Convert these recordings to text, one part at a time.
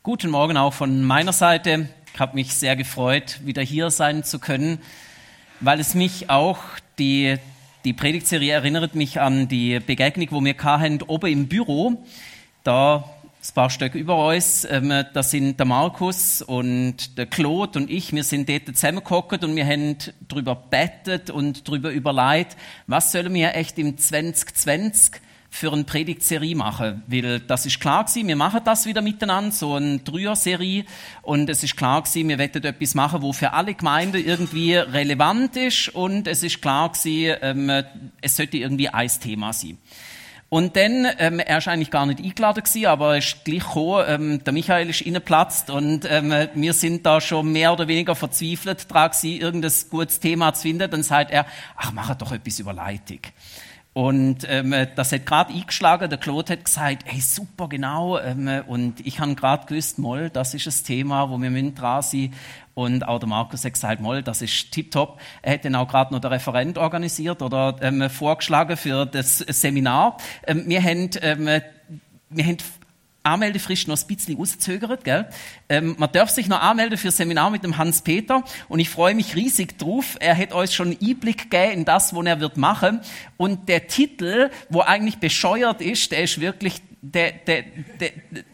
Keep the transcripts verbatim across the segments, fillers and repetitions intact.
Guten Morgen auch von meiner Seite. Ich habe mich sehr gefreut, wieder hier sein zu können, weil es mich auch, die, die Predigtserie erinnert mich an die Begegnung, wo wir hatten, oben im Büro. Da, ein paar Stück über uns, ähm, da sind der Markus und der Claude und ich, wir sind dort zusammengehockt und wir haben darüber gebetet und darüber überlegt, was sollen wir echt im zwanzig zwanzig für eine Predigtserie machen, weil das ist klar gewesen, wir machen das wieder miteinander, so eine Dreier-Serie, und es ist klar gewesen, wir wollen etwas machen, wo für alle Gemeinden irgendwie relevant ist, und es ist klar gewesen, ähm, es sollte irgendwie ein Thema sein. Und dann, ähm, er ist eigentlich gar nicht eingeladen gewesen, aber er ist gleich gekommen, ähm, der Michael ist reingeplatzt und ähm, wir sind da schon mehr oder weniger verzweifelt dran gewesen, irgendein gutes Thema zu finden. Dann sagt er, ach, mach doch etwas über Leitung. Und ähm, das hat gerade eingeschlagen, der Claude hat gesagt, hey, super, genau, ähm, und ich habe gerade gewusst, Moll, das ist ein Thema, wo wir dran sind. Und auch der Markus hat gesagt, Moll, das ist tipptopp. Er hat dann auch gerade noch den Referent organisiert oder ähm, vorgeschlagen für das Seminar. Ähm, wir haben, ähm, wir haben Anmeldefrist noch ein bisschen auszögert, gell? Ähm, man darf sich noch anmelden für das Seminar mit dem Hans-Peter und ich freue mich riesig drauf. Er hat uns schon einen Einblick gegeben in das, was er wird machen. Und der Titel, wo eigentlich bescheuert ist, der ist wirklich, der, der, der,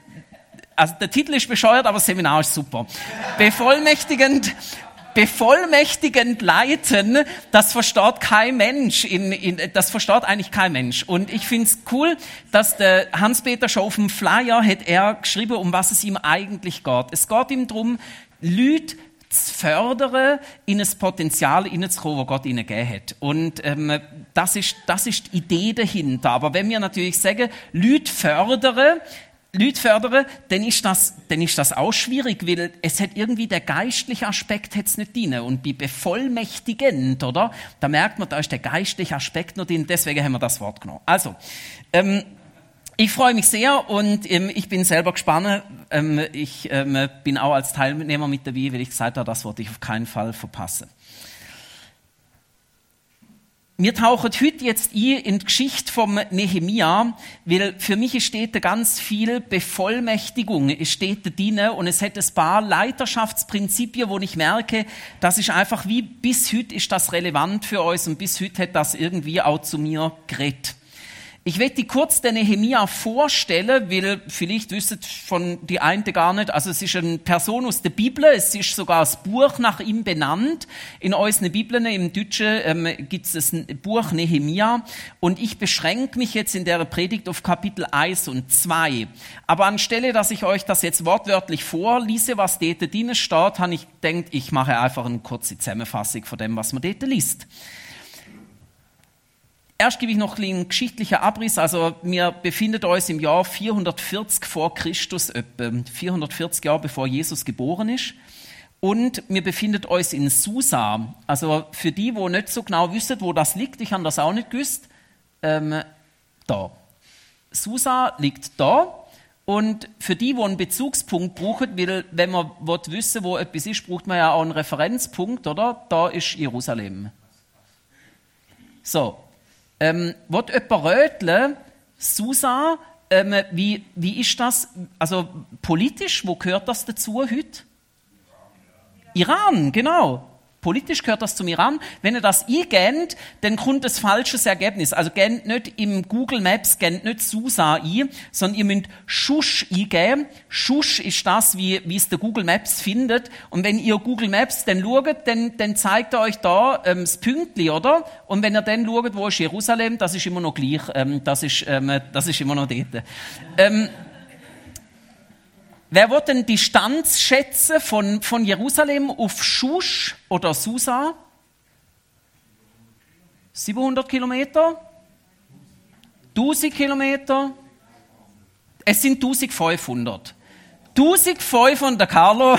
also der Titel ist bescheuert, aber das Seminar ist super. Bevollmächtigend, bevollmächtigend leiten, das versteht kein Mensch. In, in, das versteht eigentlich kein Mensch. Und ich finde es cool, dass der Hans-Peter schon auf dem Flyer hat er geschrieben, um was es ihm eigentlich geht. Es geht ihm darum, Leute zu fördern, in ein Potenzial hineinzukommen, das Gott ihnen gegeben hat. Und ähm, das ist, das ist die Idee dahinter. Aber wenn wir natürlich sagen, Leute fördern, Leute fördern, dann ist das, dann ist das auch schwierig, weil es hat irgendwie der geistliche Aspekt hat's nicht drin. Und bei bevollmächtigend, oder? Da merkt man, da ist der geistliche Aspekt noch drin. Deswegen haben wir das Wort genommen. Also, ähm, ich freue mich sehr und ähm, ich bin selber gespannt. Ähm, ich ähm, bin auch als Teilnehmer mit dabei, weil ich gesagt habe, das wollte ich auf keinen Fall verpassen. Wir tauchen heute jetzt ein in die Geschichte vom Nehemia, weil für mich steht da ganz viel Bevollmächtigung, es steht da drin und es hat ein paar Leiterschaftsprinzipien, wo ich merke, das ist einfach wie, bis heute ist das relevant für uns und bis heute hat das irgendwie auch zu mir geredet. Ich werde dir kurz den Nehemia vorstellen, weil vielleicht wissen von die einen gar nicht, also es ist eine Person aus der Bibel, es ist sogar ein Buch nach ihm benannt. In unseren Bibeln, im Deutschen, ähm, gibt es ein Buch Nehemia und ich beschränke mich jetzt in der Predigt auf Kapitel eins und zwei. Aber anstelle, dass ich euch das jetzt wortwörtlich vorlese, was dort drin steht, habe ich gedacht, ich mache einfach eine kurze Zusammenfassung von dem, was man dort liest. Erst gebe ich noch einen geschichtlichen Abriss. Also wir befinden uns im Jahr vierhundertvierzig vor Christus, etwa vierhundertvierzig Jahre bevor Jesus geboren ist. Und wir befinden uns in Susa. Also für die, die nicht so genau wissen, wo das liegt, ich habe das auch nicht gewusst, ähm, da. Susa liegt da. Und für die, die einen Bezugspunkt brauchen, weil wenn man wissen will, wo etwas ist, braucht man ja auch einen Referenzpunkt, oder? Da ist Jerusalem. So. Ähm, wollt jemand röteln, Susa, ähm, wie, wie ist das, also politisch, wo gehört das dazu heute? Iran, genau. Politisch gehört das zum Iran. Wenn ihr das eingebt, dann kommt ein falsches Ergebnis. Also gebt nicht im Google Maps, gebt nicht Susa ein, sondern ihr müsst Schusch eingeben. Schusch ist das, wie, wie es der Google Maps findet. Und wenn ihr Google Maps dann schaut, dann, dann zeigt er euch da ähm, das Pünktli, oder? Und wenn ihr dann schaut, wo ist Jerusalem, das ist immer noch gleich. Ähm, das, ist, ähm, das ist immer noch dort. Ähm, Wer will denn die Distanz schätzen von, von Jerusalem auf Schusch oder Susa? siebenhundert Kilometer? tausend Kilometer? Es sind eintausendfünfhundert. eintausendfünfhundert, Carlo.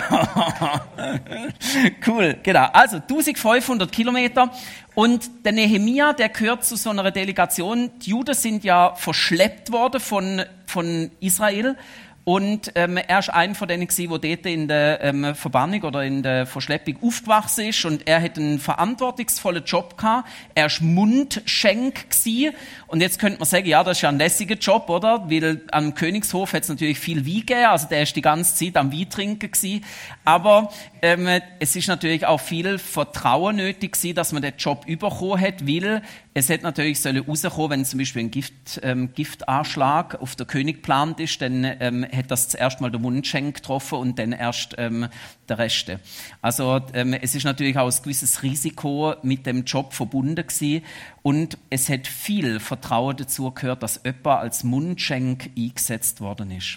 Cool, genau. Also eintausendfünfhundert Kilometer. Und der Nehemia, der gehört zu so einer Delegation. Die Juden sind ja verschleppt worden von, von Israel. Und ähm, er ist einer von denen gewesen, der dort in der ähm, Verbannung oder in der Verschleppung aufgewachsen ist. Und er hat einen verantwortungsvollen Job gehabt. Er war Mundschenk gewesen. Und jetzt könnte man sagen, ja, das ist ja ein lässiger Job, oder? Weil am Königshof hat es natürlich viel Wein gegeben. Also der ist die ganze Zeit am Wein trinken gewesen. Aber ähm, es ist natürlich auch viel Vertrauen nötig gewesen, dass man den Job bekommen hat, weil es hätte natürlich sollen rauskommen, wenn zum Beispiel ein Gift, ähm, Giftanschlag auf den König geplant ist, dann ähm, hat das zuerst mal der Mundschenk getroffen und dann erst ähm, der Rest. Also ähm, es ist natürlich auch ein gewisses Risiko mit dem Job verbunden gewesen und es hat viel Vertrauen dazu gehört, dass jemand als Mundschenk eingesetzt worden ist.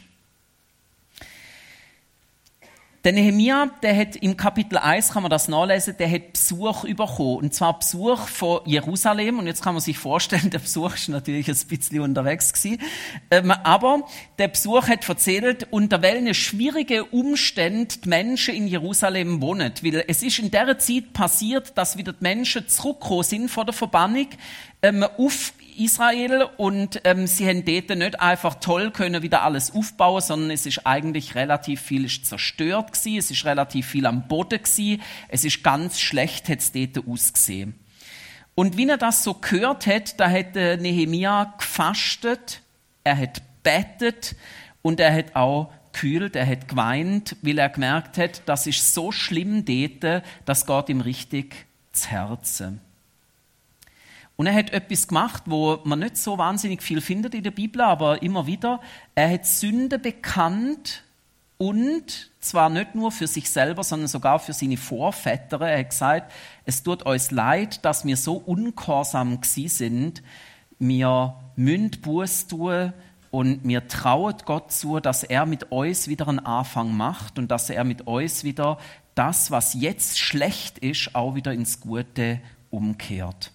Der Nehemia, der hat im Kapitel eins, kann man das nachlesen, der hat Besuch bekommen. Und zwar Besuch von Jerusalem. Und jetzt kann man sich vorstellen, der Besuch ist natürlich ein bisschen unterwegs gewesen. Ähm, aber der Besuch hat erzählt, unter welchen schwierigen Umständen die Menschen in Jerusalem wohnen. Weil es ist in dieser Zeit passiert, dass wieder die Menschen zurückgekommen sind vor der Verbannung ähm, auf Israel und ähm, sie haben dort nicht einfach toll können wieder alles aufbauen, sondern es ist eigentlich relativ viel ist zerstört gewesen, es ist relativ viel am Boden gewesen, es ist ganz schlecht hat es dort ausgesehen. Und wie er das so gehört hat, da hat äh, Nehemia gefastet, er hat betet und er hat auch gekühlt, er hat geweint, weil er gemerkt hat, das ist so schlimm dort, das geht ihm richtig zu Herzen. Und er hat etwas gemacht, wo man nicht so wahnsinnig viel findet in der Bibel, aber immer wieder. Er hat Sünde bekannt und zwar nicht nur für sich selber, sondern sogar für seine Vorväter. Er hat gesagt, es tut uns leid, dass wir so ungehorsam gewesen sind. Wir müssen Buße tun und wir trauen Gott zu, dass er mit uns wieder einen Anfang macht und dass er mit uns wieder das, was jetzt schlecht ist, auch wieder ins Gute umkehrt.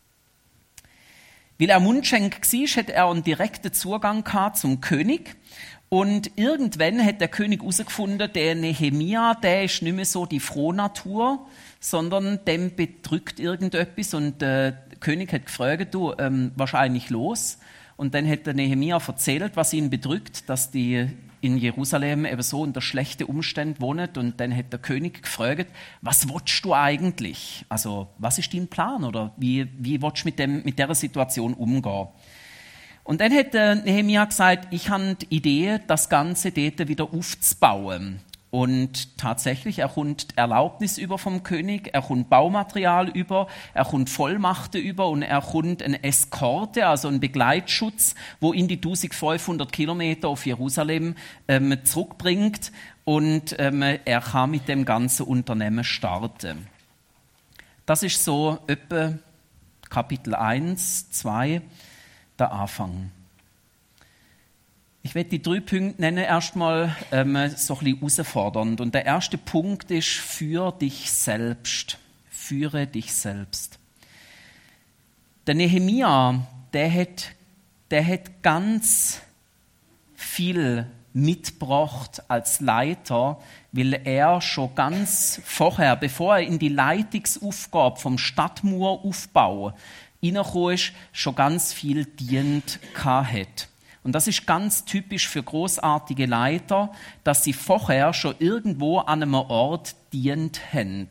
Weil er Mundschenk war, hat er einen direkten Zugang gehabt zum König. Und irgendwann hat der König herausgefunden, der Nehemia, der ist nicht mehr so die frohe Natur, sondern dem bedrückt irgendetwas. Und der König hat gefragt, du, ähm, was ist eigentlich los? Und dann hat der Nehemia erzählt, was ihn bedrückt, dass die in Jerusalem eben so unter schlechten Umständen wohnen. Und dann hat der König gefragt, was willst du eigentlich? Also, was ist dein Plan? Oder wie, wie willst du mit, dem, mit dieser Situation umgehen? Und dann hat der Nehemia gesagt, ich habe die Idee, das Ganze dort wieder aufzubauen. Und tatsächlich, er kommt Erlaubnis über vom König, er kommt Baumaterial über, er kommt Vollmachten über und er kommt eine Eskorte, also einen Begleitschutz, wo ihn die eintausendfünfhundert Kilometer auf Jerusalem ähm, zurückbringt und ähm, er kann mit dem ganzen Unternehmen starten. Das ist so etwa Kapitel eins, zwei, der Anfang. Ich werde die drei Punkte nennen, erstmal ähm, so ein bisschen herausfordernd. Und der erste Punkt ist, für dich selbst. Führe dich selbst. Der Nehemia, der hat, der hat ganz viel mitgebracht als Leiter, weil er schon ganz vorher, bevor er in die Leitungsaufgabe vom Stadtmaueraufbau hineingekommen ist, schon ganz viel dient hat. Und das ist ganz typisch für großartige Leiter, dass sie vorher schon irgendwo an einem Ort dient haben.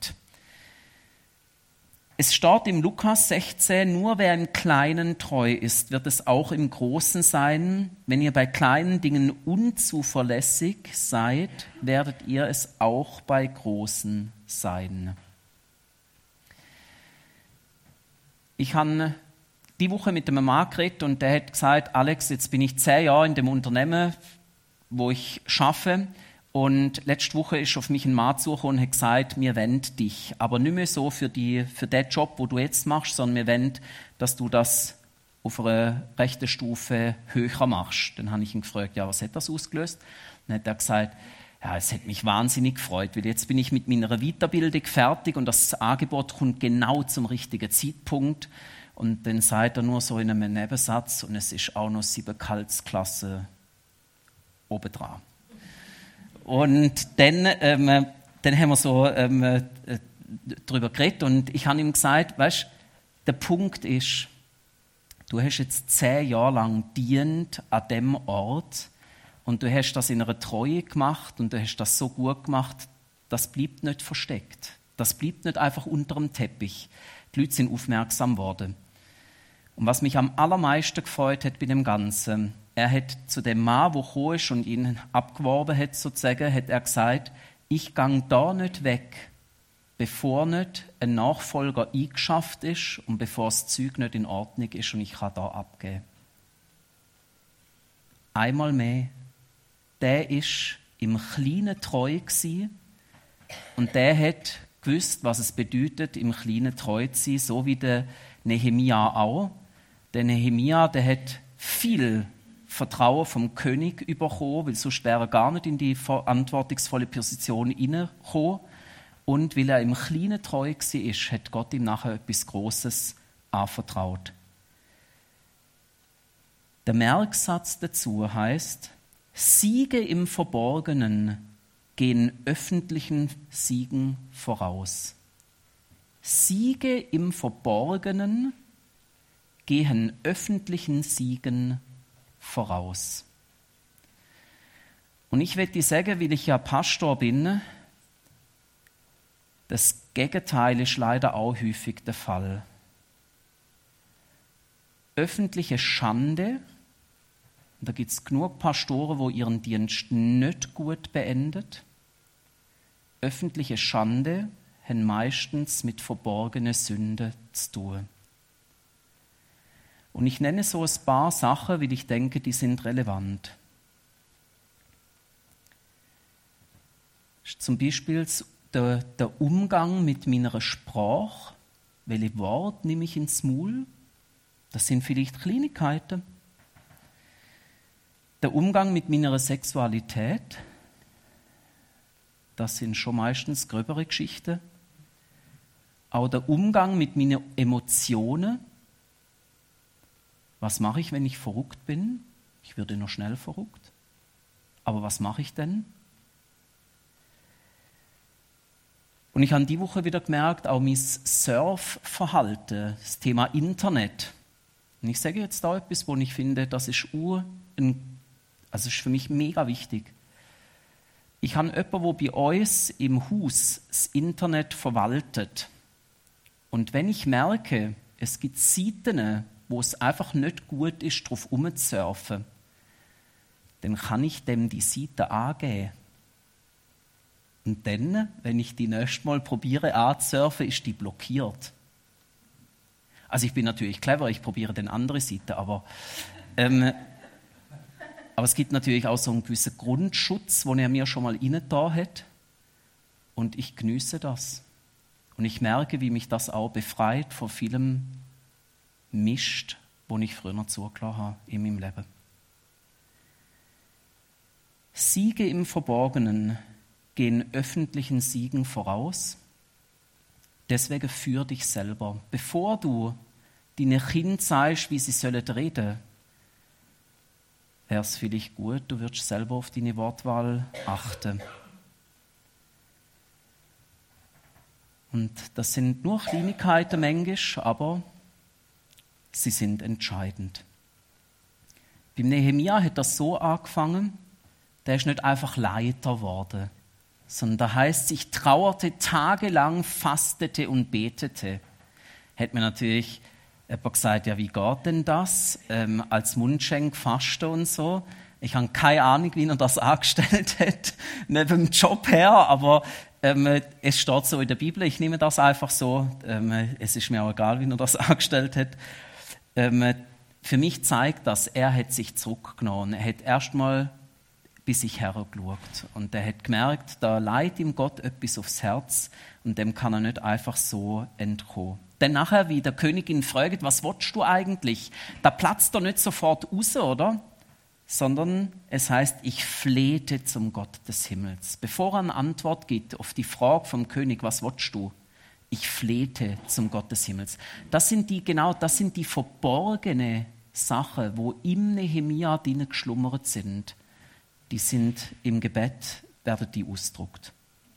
Es steht im Lukas sechzehn, nur wer im Kleinen treu ist, wird es auch im Großen sein. Wenn ihr bei kleinen Dingen unzuverlässig seid, werdet ihr es auch bei großen sein. Ich habe die Woche mit einem Mann geredet und der hat gesagt, Alex, jetzt bin ich zehn Jahre in dem Unternehmen, wo ich arbeite. Und letzte Woche ist auf mich ein Mann zugekommen und hat gesagt, wir wollen dich. Aber nicht mehr so für, die, für den Job, den du jetzt machst, sondern wir wollen, dass du das auf einer rechten Stufe höher machst. Dann habe ich ihn gefragt, ja, was hat das ausgelöst? Dann hat er gesagt, ja, es hat mich wahnsinnig gefreut, weil jetzt bin ich mit meiner Weiterbildung fertig und das Angebot kommt genau zum richtigen Zeitpunkt. Und dann sagt er nur so in einem Nebensatz, und es ist auch noch sieben Gehaltsklasse obendran. Und dann, ähm, dann haben wir so ähm, äh, darüber geredet und ich habe ihm gesagt, weißt, der Punkt ist, du hast jetzt zehn Jahre lang dient an dem Ort und du hast das in einer Treue gemacht und du hast das so gut gemacht, das bleibt nicht versteckt. Das bleibt nicht einfach unter dem Teppich. Die Leute sind aufmerksam worden. Und was mich am allermeisten gefreut hat bei dem Ganzen, er hat zu dem Mann, der gekommen ist und ihn abgeworben hat, sozusagen, hat er gesagt, ich gehe da nicht weg, bevor nicht ein Nachfolger eingeschafft ist und bevor das Zeug nicht in Ordnung ist und ich kann da abgeben. Einmal mehr, der ist im Kleinen treu gewesen und der hat gewusst, was es bedeutet, im Kleinen treu zu sein, so wie der Nehemia auch. Der Nehemia, der hat viel Vertrauen vom König bekommen, weil sonst wäre er gar nicht in die verantwortungsvolle Position hineingekommen. Und weil er im Kleinen treu war, hat Gott ihm nachher etwas Grosses anvertraut. Der Merksatz dazu heißt: Siege im Verborgenen gehen öffentlichen Siegen voraus. Siege im Verborgenen gehen öffentlichen Siegen voraus. Und ich werde sagen, weil ich ja Pastor bin, das Gegenteil ist leider auch häufig der Fall. Öffentliche Schande, da gibt es genug Pastoren, die ihren Dienst nicht gut beendet. Öffentliche Schande haben meistens mit verborgenen Sünden zu tun. Und ich nenne so ein paar Sachen, weil ich denke, die sind relevant. Zum Beispiel der, der Umgang mit meiner Sprache. Welche Worte nehme ich ins Maul? Das sind vielleicht Kleinigkeiten. Der Umgang mit meiner Sexualität. Das sind schon meistens gröbere Geschichten. Auch der Umgang mit meinen Emotionen. Was mache ich, wenn ich verrückt bin? Ich würde noch schnell verrückt. Aber was mache ich denn? Und ich habe die Woche wieder gemerkt, auch mein Surfverhalten, das Thema Internet. Und ich sage jetzt da etwas, wo ich finde, das ist, ur, ein, also ist für mich mega wichtig. Ich habe jemanden, der bei uns im Haus das Internet verwaltet. Und wenn ich merke, es gibt Seiten, wo es einfach nicht gut ist, darauf rumzusurfen, dann kann ich dem die Seite angeben. Und dann, wenn ich die nächste Mal probiere anzusurfen, ist die blockiert. Also ich bin natürlich clever, ich probiere dann andere Seite, aber, ähm, aber es gibt natürlich auch so einen gewissen Grundschutz, den er mir schon mal reingetan hat. Und ich geniesse das. Und ich merke, wie mich das auch befreit vor vielem Mist, den ich früher zugelassen habe in meinem Leben. Siege im Verborgenen gehen öffentlichen Siegen voraus. Deswegen führ dich selber. Bevor du deinen Kindern sagst, wie sie sollen reden, wäre es vielleicht gut, du würdest selber auf deine Wortwahl achten. Und das sind nur Kleinigkeiten manchmal, aber sie sind entscheidend. Beim Nehemia hat das so angefangen, der ist nicht einfach Leiter geworden, sondern da heißt es, ich trauerte tagelang, fastete und betete. Hat mir natürlich jemand gesagt, ja, wie geht denn das? Ähm, als Mundschenk fasten und so. Ich habe keine Ahnung, wie er das angestellt hat, neben dem Job her, aber ähm, es steht so in der Bibel, ich nehme das einfach so, ähm, es ist mir auch egal, wie er das angestellt hat. Ähm, für mich zeigt das, er hat sich zurückgenommen. Er hat erstmal bei sich hergeschaut und er hat gemerkt, da leidet ihm Gott etwas aufs Herz und dem kann er nicht einfach so entkommen. Dann nachher, wie der Königin fragt, was willst du eigentlich? Da platzt er nicht sofort raus, oder? Sondern es heißt, ich flehte zum Gott des Himmels. Bevor er eine Antwort gibt auf die Frage vom König, was willst du? Ich flehte zum Gott des Himmels. Das sind die, genau, das sind die verborgenen Sachen, wo im Nehemia drinnen geschlummert sind. Die sind im Gebet, werden die ausgedrückt.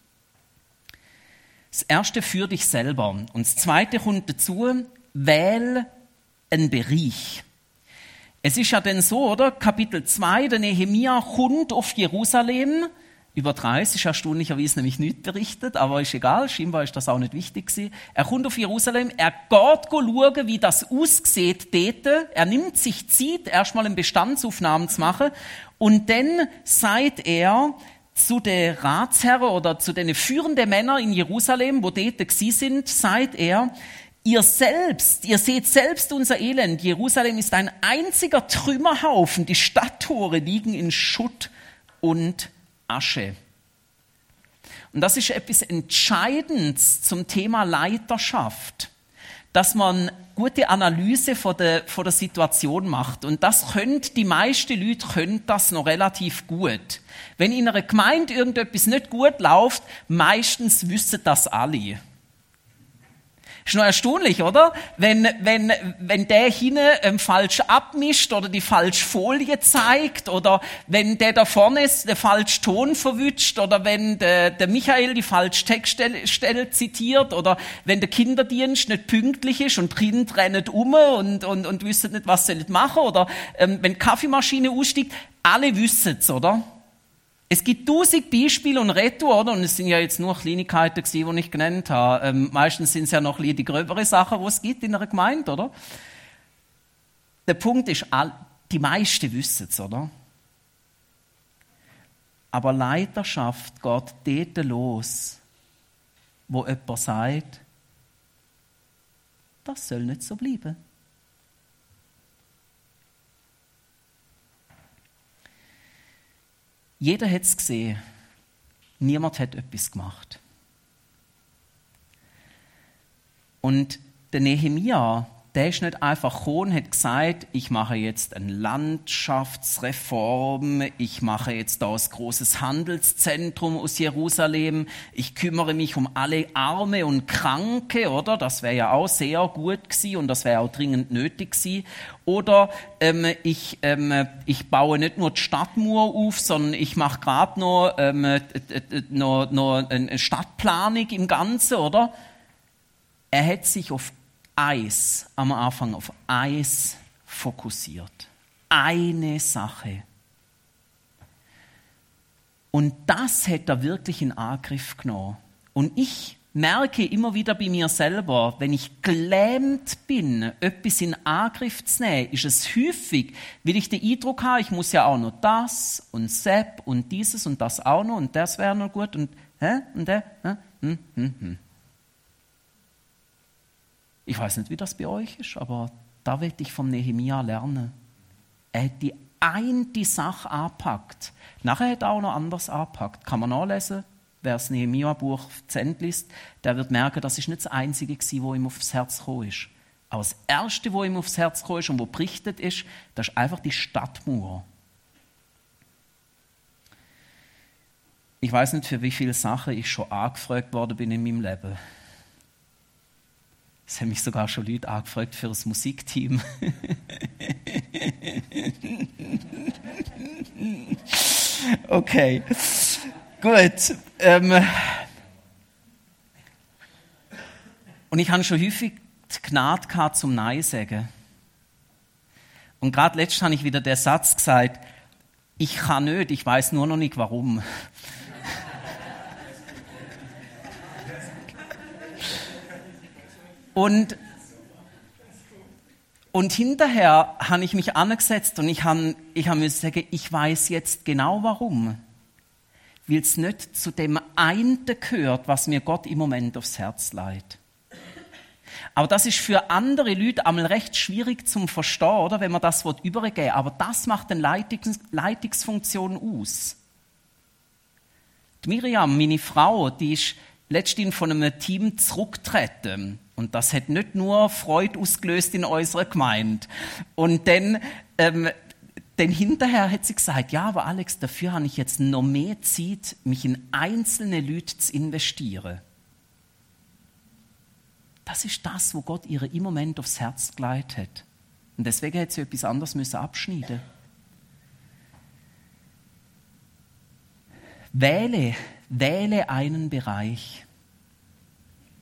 Das erste für dich selber. Und das zweite kommt dazu, wähl einen Bereich. Es ist ja dann so, oder? Kapitel zwei, der Nehemia kommt auf Jerusalem. Über dreißig ist erstaunlicherweise nämlich nicht berichtet, aber ist egal, scheinbar ist das auch nicht wichtig gewesen. Er kommt auf Jerusalem, er geht schauen, wie das aussieht dort. Er nimmt sich Zeit, erstmal eine Bestandsaufnahme zu machen. Und dann sagt er zu den Ratsherren oder zu den führenden Männern in Jerusalem, wo dort gewesen sind, sagt er, ihr selbst, ihr seht selbst unser Elend. Jerusalem ist ein einziger Trümmerhaufen. Die Stadttore liegen in Schutt und Asche. Und das ist etwas Entscheidendes zum Thema Leiterschaft, dass man gute Analyse von der, von der Situation macht. Und das können, die meisten Leute können das noch relativ gut. Wenn in einer Gemeinde irgendetwas nicht gut läuft, meistens wissen das alle. Ist noch erstaunlich, oder? Wenn, wenn, wenn der hinten ähm, falsch abmischt oder die falsche Folie zeigt oder wenn der da vorne ist, den falschen Ton verwünscht oder wenn der, der Michael die falsche Textstelle zitiert oder wenn der Kinderdienst nicht pünktlich ist und die Kinder rennen um und, und, und wissen nicht, was sie machen oder ähm, wenn die Kaffeemaschine aussteigt, alle wissen es, oder? Es gibt tausend Beispiele und Retour, oder? Und es sind ja jetzt nur Kleinigkeiten gewesen, die ich genannt habe. Ähm, meistens sind es ja noch die gröbere Sachen, die es gibt in einer Gemeinde, oder? Der Punkt ist, die meisten wissen es, oder? Aber Leiterschaft geht dort los, wo jemand sagt, das soll nicht so bleiben. Jeder hat es gesehen. Niemand hat etwas gemacht. Und der Nehemia, der ist nicht einfach gekommen und hat gesagt, ich mache jetzt eine Landschaftsreform, ich mache jetzt da ein großes Handelszentrum aus Jerusalem, ich kümmere mich um alle Arme und Kranke, oder? Das wäre ja auch sehr gut gewesen und das wäre auch dringend nötig gewesen. Oder ähm, ich, ähm, ich baue nicht nur die Stadtmauer auf, sondern ich mache gerade noch, ähm, noch, noch eine Stadtplanung im Ganzen, oder? Er hat sich auf Eis, am Anfang auf Eis fokussiert. Eine Sache. Und das hat er wirklich in Angriff genommen. Und ich merke immer wieder bei mir selber, wenn ich gelähmt bin, etwas in Angriff zu nehmen, ist es häufig, weil ich den Eindruck habe, ich muss ja auch noch das und Sepp und dieses und das auch noch und das wäre noch gut und, hä, und der, hä, hm, hm, hm. Ich weiß nicht, wie das bei euch ist, aber da will ich vom Nehemia lernen. Er hat die eine Sache angepackt. Nachher hat er auch noch anders angepackt. Kann man nachlesen, wer das Nehemia-Buch zu Ende liest, der wird merken, das ist nicht das Einzige gewesen, was ihm aufs Herz gekommen ist. Aber das Erste, was ihm aufs Herz gekommen ist und was berichtet ist, das ist einfach die Stadtmauer. Ich weiß nicht, für wie viele Sachen ich schon angefragt worden bin in meinem Leben. Es haben mich sogar schon Leute angefragt für das Musikteam. Okay, gut. Ähm Und ich habe schon häufig die Gnade gehabt zum Nein sagen. Und gerade letztens habe ich wieder den Satz gesagt, ich kann nicht, ich weiß nur noch nicht warum. Und, und hinterher habe ich mich angesetzt und ich habe ich hab müssen sagen, ich weiß jetzt genau warum. Weil es nicht zu dem einen gehört, was mir Gott im Moment aufs Herz legt. Aber das ist für andere Leute einmal recht schwierig zum Verstehen, oder, wenn man das übergeben will. Aber das macht eine Leitungs- Leitungsfunktion aus. Die Miriam, meine Frau, die ist letztens von einem Team zurückgetreten. Und das hat nicht nur Freude ausgelöst in unserer Gemeinde. Und dann, ähm, dann hinterher hat sie gesagt, ja, aber Alex, dafür habe ich jetzt noch mehr Zeit, mich in einzelne Leute zu investieren. Das ist das, wo Gott ihr im Moment aufs Herz gelegt hat. Und deswegen hat sie etwas anderes müssen abschneiden. Wähle, wähle einen Bereich.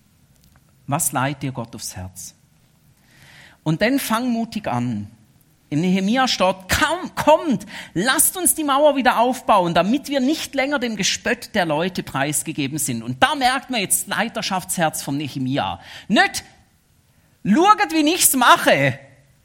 Was leitet dir Gott aufs Herz? Und dann fang mutig an. in Nehemia steht, komm, kommt, lasst uns die Mauer wieder aufbauen, damit wir nicht länger dem Gespött der Leute preisgegeben sind. Und da merkt man jetzt das Leiterschaftsherz von Nehemia. Nicht, schaut, wie ich's mache.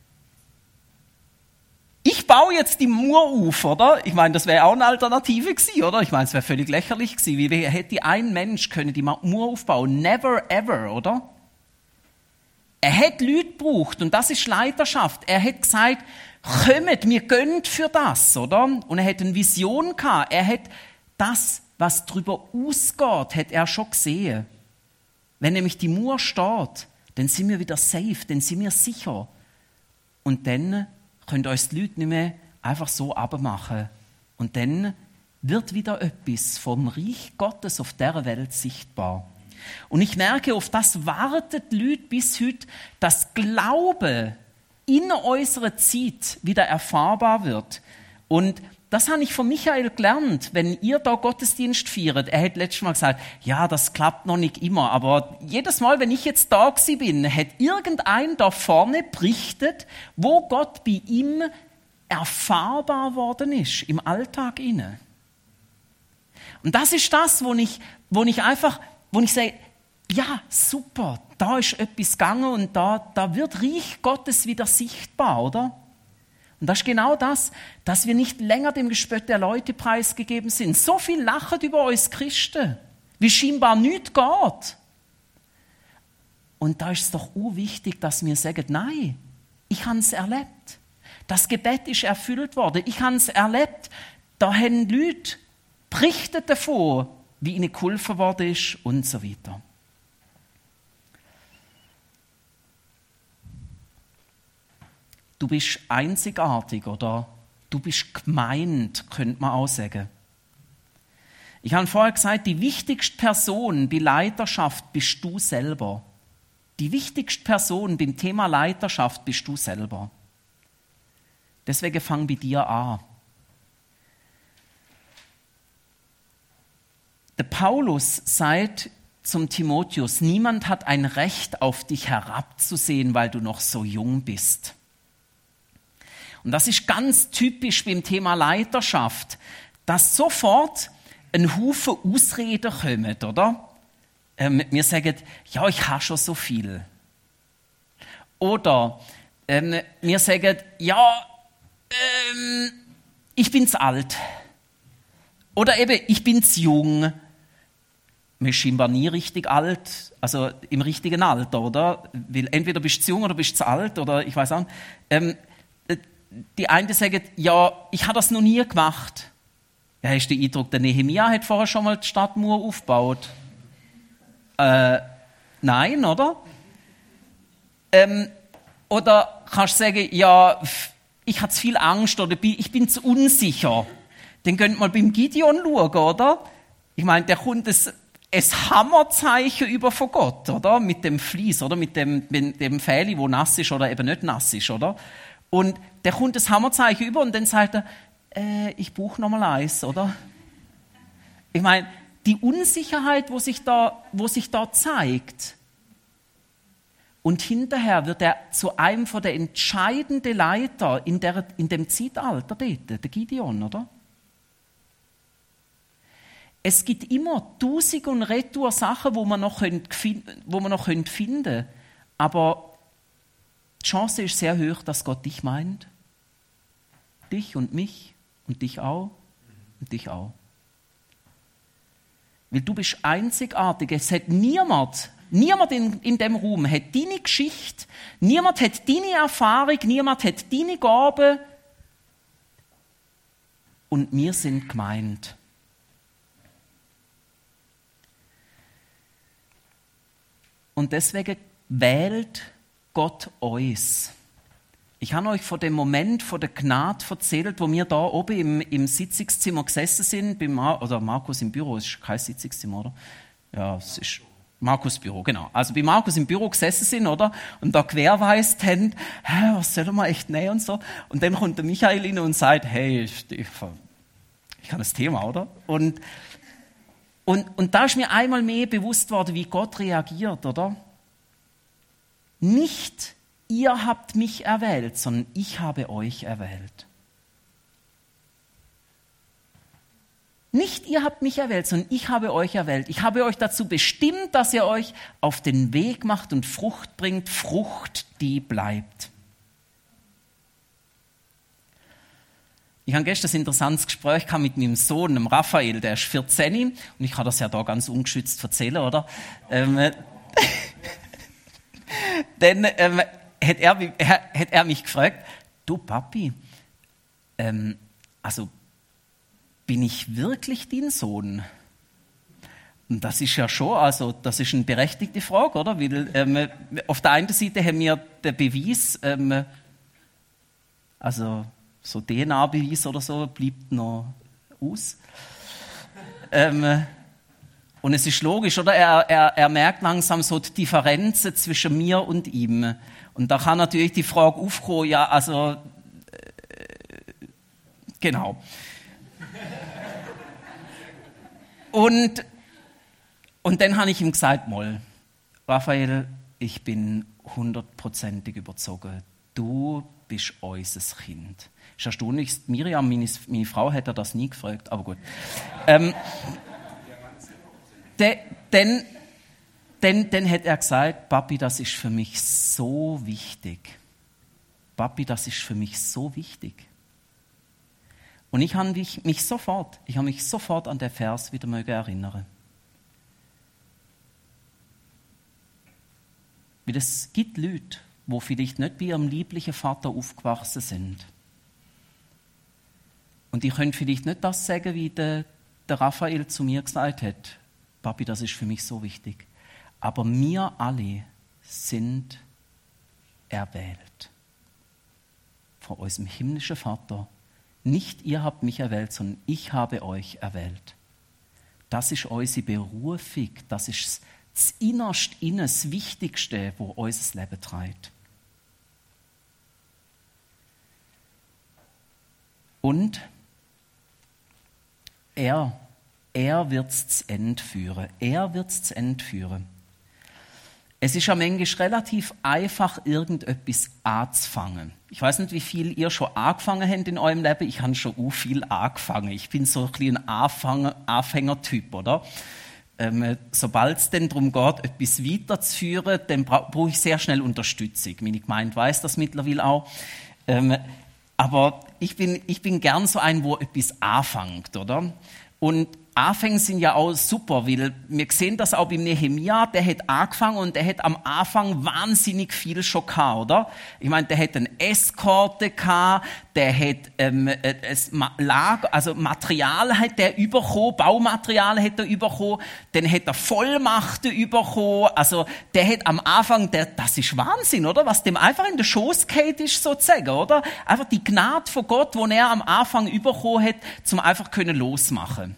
Ich baue jetzt die Mauer auf, oder? Ich meine, das wäre auch eine Alternative gewesen, oder? Ich meine, es wäre völlig lächerlich gewesen. Wie hätte ein Mensch können die Mauer aufbauen? Never ever, oder? Er hat Leute gebraucht, und das ist Leiterschaft. Er hat gesagt, kommt, wir gehen für das, oder? Und er hat eine Vision gehabt. Er hat das, was darüber ausgeht, hat er schon gesehen. Wenn nämlich die Mauer steht, dann sind wir wieder safe, dann sind wir sicher. Und dann könnt uns die Leute nicht mehr einfach so abmachen. Und dann wird wieder etwas vom Reich Gottes auf dieser Welt sichtbar. Und ich merke, auf das warten die Leute bis heute, dass Glaube in unserer Zeit wieder erfahrbar wird. Und das habe ich von Michael gelernt, wenn ihr da Gottesdienst feiert. Er hat letztes Mal gesagt, ja, das klappt noch nicht immer, aber jedes Mal, wenn ich jetzt da gewesen bin, hat irgendein da vorne berichtet, wo Gott bei ihm erfahrbar worden ist, im Alltag inne. Und das ist das, wo ich, wo ich einfach, wo ich sage, ja, super, da ist etwas gegangen und da, da wird Reich Gottes wieder sichtbar, oder? Und das ist genau das, dass wir nicht länger dem Gespött der Leute preisgegeben sind. So viel lachen über uns Christen, wie scheinbar nichts geht. Und da ist es doch urwichtig, dass wir sagen, nein, ich habe es erlebt. Das Gebet ist erfüllt worden. Ich habe es erlebt. Da haben Leute berichtet davon, wie ihnen geholfen worden ist und so weiter. Du bist einzigartig oder du bist gemeint, könnte man auch sagen. Ich habe vorher gesagt, die wichtigste Person bei Leiterschaft bist du selber. Die wichtigste Person beim Thema Leiterschaft bist du selber. Deswegen fang bei dir an. Der Paulus sagt zum Timotheus, niemand hat ein Recht auf dich herabzusehen, weil du noch so jung bist. Und das ist ganz typisch beim Thema Leiterschaft, dass sofort ein Haufen Ausreden kommen, oder? Ähm, wir sagen, ja, ich habe schon so viel. Oder ähm, wir sagen, ja, ähm, ich bin zu alt. Oder eben, ich bin zu jung. Man ist scheinbar nie richtig alt, also im richtigen Alter, oder? Weil entweder bist du zu jung oder bist du zu alt, oder ich weiß auch nicht. Ähm, Die einen sagen, ja, ich habe das noch nie gemacht. Ja, hast du den Eindruck, der Nehemia hat vorher schon mal die Stadtmauer aufgebaut? Äh, nein, oder? Ähm, oder kannst du sagen, ja, ich habe zu viel Angst oder ich bin zu unsicher. Dann könnt mal beim Gideon schauen, oder? Ich meine, der kommt ein, ein Hammerzeichen über von Gott, oder? Mit dem Vlies, oder? Mit dem, mit dem Fähli, wo nass ist oder eben nicht nass ist, oder? Und der kommt das Hammerzeichen über und dann sagt er, äh, ich brauche nochmal eins, oder? Ich meine, die Unsicherheit, wo sich da, wo sich da zeigt. Und hinterher wird er zu einem von der entscheidenden Leiter in, der, in dem Zeitalter dort, der Gideon, oder? Es gibt immer tausend und retour Sachen, wo man noch, könnt, wo man noch könnt finden, aber die Chance ist sehr hoch, dass Gott dich meint. Dich und mich und dich auch und dich auch. Weil du bist einzigartig. Es hat niemand, niemand in, in dem Raum hat deine Geschichte, niemand hat deine Erfahrung, niemand hat deine Gabe. Und wir sind gemeint. Und deswegen wählt Gott uns. Ich habe euch von dem Moment von der Gnade erzählt, wo wir da oben im, im Sitzungszimmer gesessen sind, bei Mar- oder Markus im Büro, es ist kein Sitzungszimmer, oder? Ja, es ist Markus Büro, genau. Also bei Markus im Büro gesessen sind, oder? Und da querweist haben, hä, was soll man echt nehmen und so. Und dann kommt der Michael rein und sagt, hey, ich, ich, ich kann das Thema, oder? Und, und, und da ist mir einmal mehr bewusst worden, wie Gott reagiert, oder? Nicht ihr habt mich erwählt, sondern ich habe euch erwählt. Nicht ihr habt mich erwählt, sondern ich habe euch erwählt. Ich habe euch dazu bestimmt, dass ihr euch auf den Weg macht und Frucht bringt, Frucht, die bleibt. Ich habe gestern ein interessantes Gespräch gehabt mit meinem Sohn, dem Raphael, der ist vierzehn, und ich kann das ja da ganz ungeschützt erzählen, oder? Ähm, dann ähm, hat, er, hat er mich gefragt, du Papi, ähm, also bin ich wirklich dein Sohn? Und das ist ja schon, also das ist eine berechtigte Frage, oder? Weil ähm, auf der einen Seite haben wir den Beweis, ähm, also so D N A-Beweis oder so, bleibt noch aus. ähm, und es ist logisch, oder? Er, er, er merkt langsam so die Differenzen zwischen mir und ihm. Und da kann natürlich die Frage aufkommen, ja, also, äh, genau. Und, und dann habe ich ihm gesagt, Moll, Raphael, ich bin hundertprozentig überzeugt, du bist unser Kind. Ist erstaunlich, Miriam, meine, meine Frau, hat er das nie gefragt, aber gut. Ähm, de, dann, dann, dann hat er gesagt, Papi, das ist für mich so wichtig. Papi, das ist für mich so wichtig. Und ich habe mich, mich sofort, ich habe mich sofort an den Vers wieder mögen erinnern. Weil es gibt Leute, die vielleicht nicht bei ihrem lieblichen Vater aufgewachsen sind. Und die können vielleicht nicht das sagen, wie der, der Raphael zu mir gesagt hat. Papi, das ist für mich so wichtig. Aber wir alle sind erwählt von unserem himmlischen Vater. Nicht ihr habt mich erwählt, sondern ich habe euch erwählt. Das ist unsere Berufung, das ist das Innerste, Innen, das Wichtigste, wo unser Leben trägt. Und er, er wird es zu Ende führen. Er wird es zu Ende führen. Es ist ja manchmal relativ einfach, irgendetwas anzufangen. Ich weiß nicht, wie viel ihr schon angefangen habt in eurem Leben. Ich habe schon auch viel angefangen. Ich bin so ein bisschen ein Anfängertyp, oder? Ähm, sobald es dann darum geht, etwas weiterzuführen, dann bra- brauche ich sehr schnell Unterstützung. Meine Gemeinde weiss das mittlerweile auch. Ähm, aber ich bin, ich bin gern so ein, wo etwas anfängt, oder? Und Anfänge sind ja auch super, weil wir sehen das auch beim Nehemia, der hat angefangen und der hat am Anfang wahnsinnig viel schon gehabt, oder? Ich meine, der hat eine Eskorte gehabt, der hat ähm, es Lager, also Material hat der bekommen, Baumaterial hat er bekommen, dann hat er Vollmachten bekommen, also der hat am Anfang, der, das ist Wahnsinn, oder? Was dem einfach in den Schoß geht, ist sozusagen, oder? Einfach die Gnade von Gott, die er am Anfang bekommen hat, zum einfach können losmachen.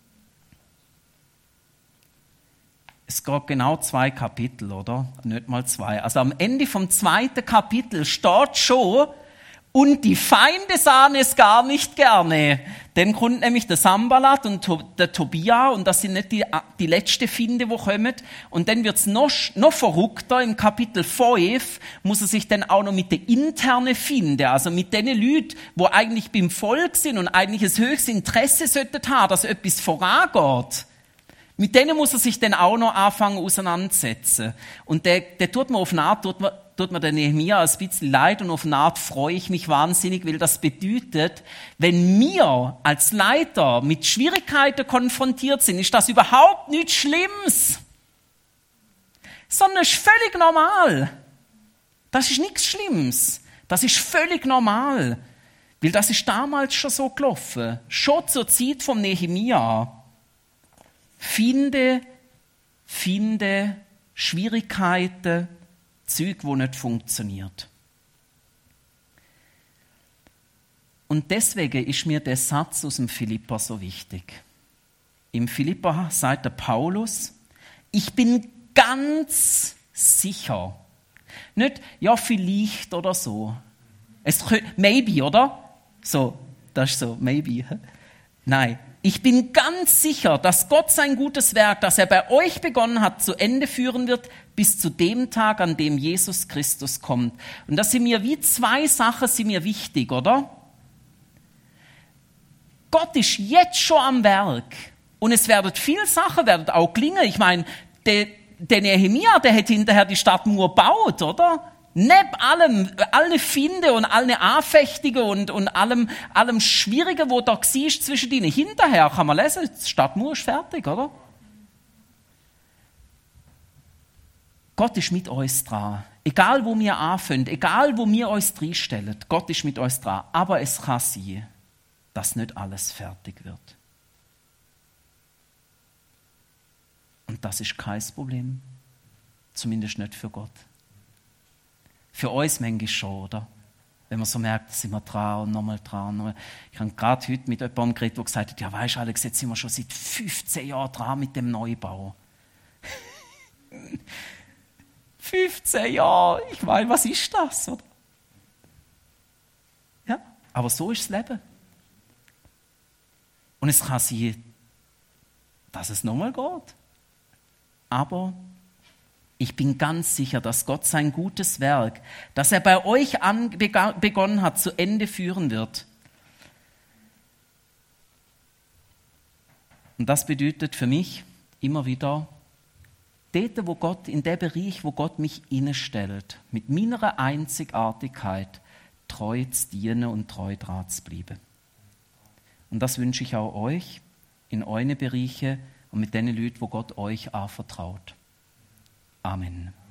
Es geht genau zwei Kapitel, oder? Nicht mal zwei. Also am Ende vom zweiten Kapitel steht schon, und die Feinde sahen es gar nicht gerne. Dann kommt nämlich der Sambalat und der Tobia, und das sind nicht die, die letzten Finde, die kommen. Und dann wird es noch, noch verrückter. Im Kapitel fünf muss er sich dann auch noch mit den internen Finden, also mit den Leuten, die eigentlich beim Volk sind und eigentlich das höchste Interesse sollten haben, dass etwas vorangeht. Mit denen muss er sich dann auch noch anfangen auseinandersetzen. Und der, der tut mir auf eine Art, tut mir, tut mir der Nehemia ein bisschen leid, und auf eine Art freue ich mich wahnsinnig, weil das bedeutet, wenn wir als Leiter mit Schwierigkeiten konfrontiert sind, ist das überhaupt nichts Schlimmes. Sondern es ist völlig normal. Das ist nichts Schlimmes. Das ist völlig normal. Weil das ist damals schon so gelaufen. Schon zur Zeit vom Nehemia. Finde, finde Schwierigkeiten, Zeug, wo nicht funktioniert. Und deswegen ist mir der Satz aus dem Philipper so wichtig. Im Philipper sagt der Paulus, ich bin ganz sicher. Nicht, ja, vielleicht oder so. Es, maybe, oder? So, das ist so, maybe. Nein, Ich bin ganz sicher, dass Gott sein gutes Werk, das er bei euch begonnen hat, zu Ende führen wird, bis zu dem Tag, an dem Jesus Christus kommt. Und das sind mir wie zwei Sachen, sind mir wichtig, oder? Gott ist jetzt schon am Werk. Und es werden viele Sachen werden auch gelingen. Ich meine, der, der Nehemia, der hat hinterher die Stadtmauer gebaut, oder? Neben allem, alle Finde und alle Anfechtungen und, und allem, allem Schwierigen, wo da war zwischen ihnen. Hinterher kann man lesen, die Stadtmauer ist fertig, oder? Gott ist mit uns dran. Egal, wo wir anfangen, egal, wo wir uns reinstellen, Gott ist mit uns dran. Aber es kann sein, dass nicht alles fertig wird. Und das ist kein Problem. Zumindest nicht für Gott. Für uns manchmal schon, oder? Wenn man so merkt, sind wir dran und nochmal dran. Und nochmal. Ich habe gerade heute mit jemandem geredet, der gesagt hat, ja weisst Alex, jetzt sind wir schon seit fünfzehn Jahren dran mit dem Neubau. fünfzehn Jahre, ich meine, was ist das, oder? Ja, aber so ist das Leben. Und es kann sein, dass es nochmal geht. Aber ich bin ganz sicher, dass Gott sein gutes Werk, das er bei euch an, begonnen hat, zu Ende führen wird. Und das bedeutet für mich immer wieder, dort, wo Gott, in dem Bereich, wo Gott mich innestellt, mit meiner Einzigartigkeit treu zu dienen und treu dran zu bleiben. Und das wünsche ich auch euch in eure Bereiche und mit den Leuten, wo Gott euch anvertraut. Amen.